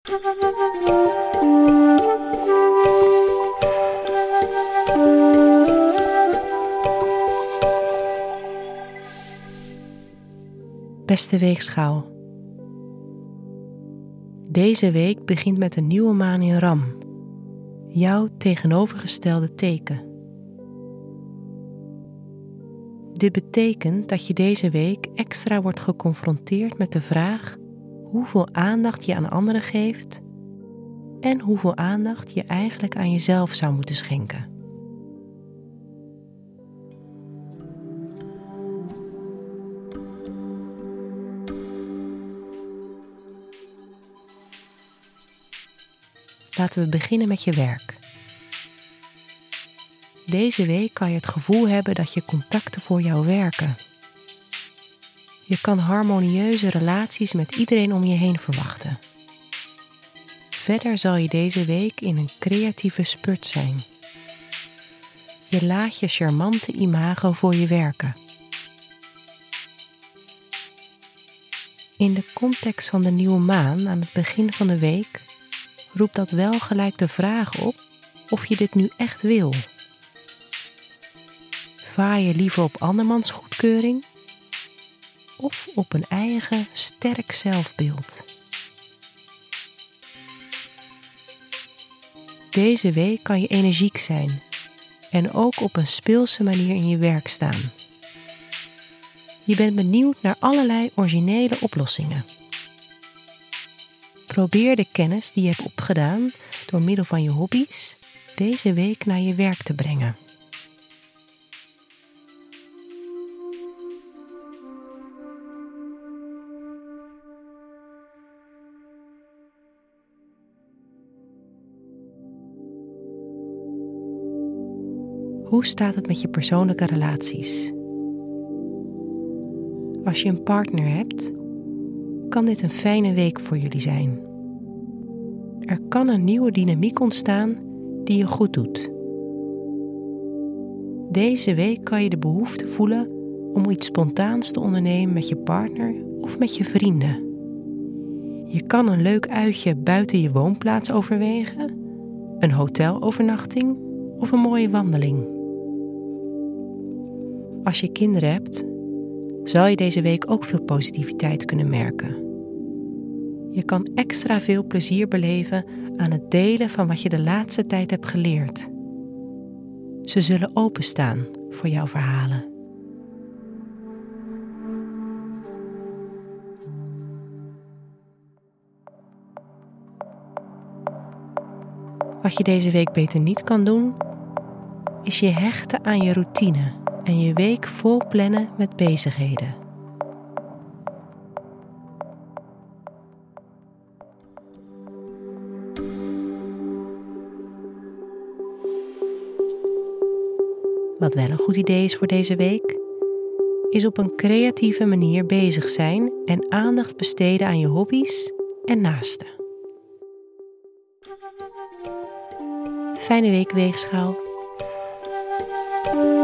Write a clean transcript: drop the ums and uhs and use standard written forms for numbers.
Beste weegschaal. Deze week begint met een nieuwe maan in Ram, jouw tegenovergestelde teken. Dit betekent dat je deze week extra wordt geconfronteerd met de vraag hoeveel aandacht je aan anderen geeft en hoeveel aandacht je eigenlijk aan jezelf zou moeten schenken. Laten we beginnen met je werk. Deze week kan je het gevoel hebben dat je contacten voor jou werken. Je kan harmonieuze relaties met iedereen om je heen verwachten. Verder zal je deze week in een creatieve spurt zijn. Je laat je charmante imago voor je werken. In de context van de nieuwe maan aan het begin van de week roept dat wel gelijk de vraag op of je dit nu echt wil. Vaar je liever op andermans goedkeuring of op een eigen sterk zelfbeeld? Deze week kan je energiek zijn en ook op een speelse manier in je werk staan. Je bent benieuwd naar allerlei originele oplossingen. Probeer de kennis die je hebt opgedaan door middel van je hobby's deze week naar je werk te brengen. Hoe staat het met je persoonlijke relaties? Als je een partner hebt, kan dit een fijne week voor jullie zijn. Er kan een nieuwe dynamiek ontstaan die je goed doet. Deze week kan je de behoefte voelen om iets spontaans te ondernemen met je partner of met je vrienden. Je kan een leuk uitje buiten je woonplaats overwegen, een hotelovernachting of een mooie wandeling. Als je kinderen hebt, zal je deze week ook veel positiviteit kunnen merken. Je kan extra veel plezier beleven aan het delen van wat je de laatste tijd hebt geleerd. Ze zullen openstaan voor jouw verhalen. Wat je deze week beter niet kan doen, is je hechten aan je routine en je week vol plannen met bezigheden. Wat wel een goed idee is voor deze week, is op een creatieve manier bezig zijn en aandacht besteden aan je hobby's en naasten. Fijne week, weegschaal.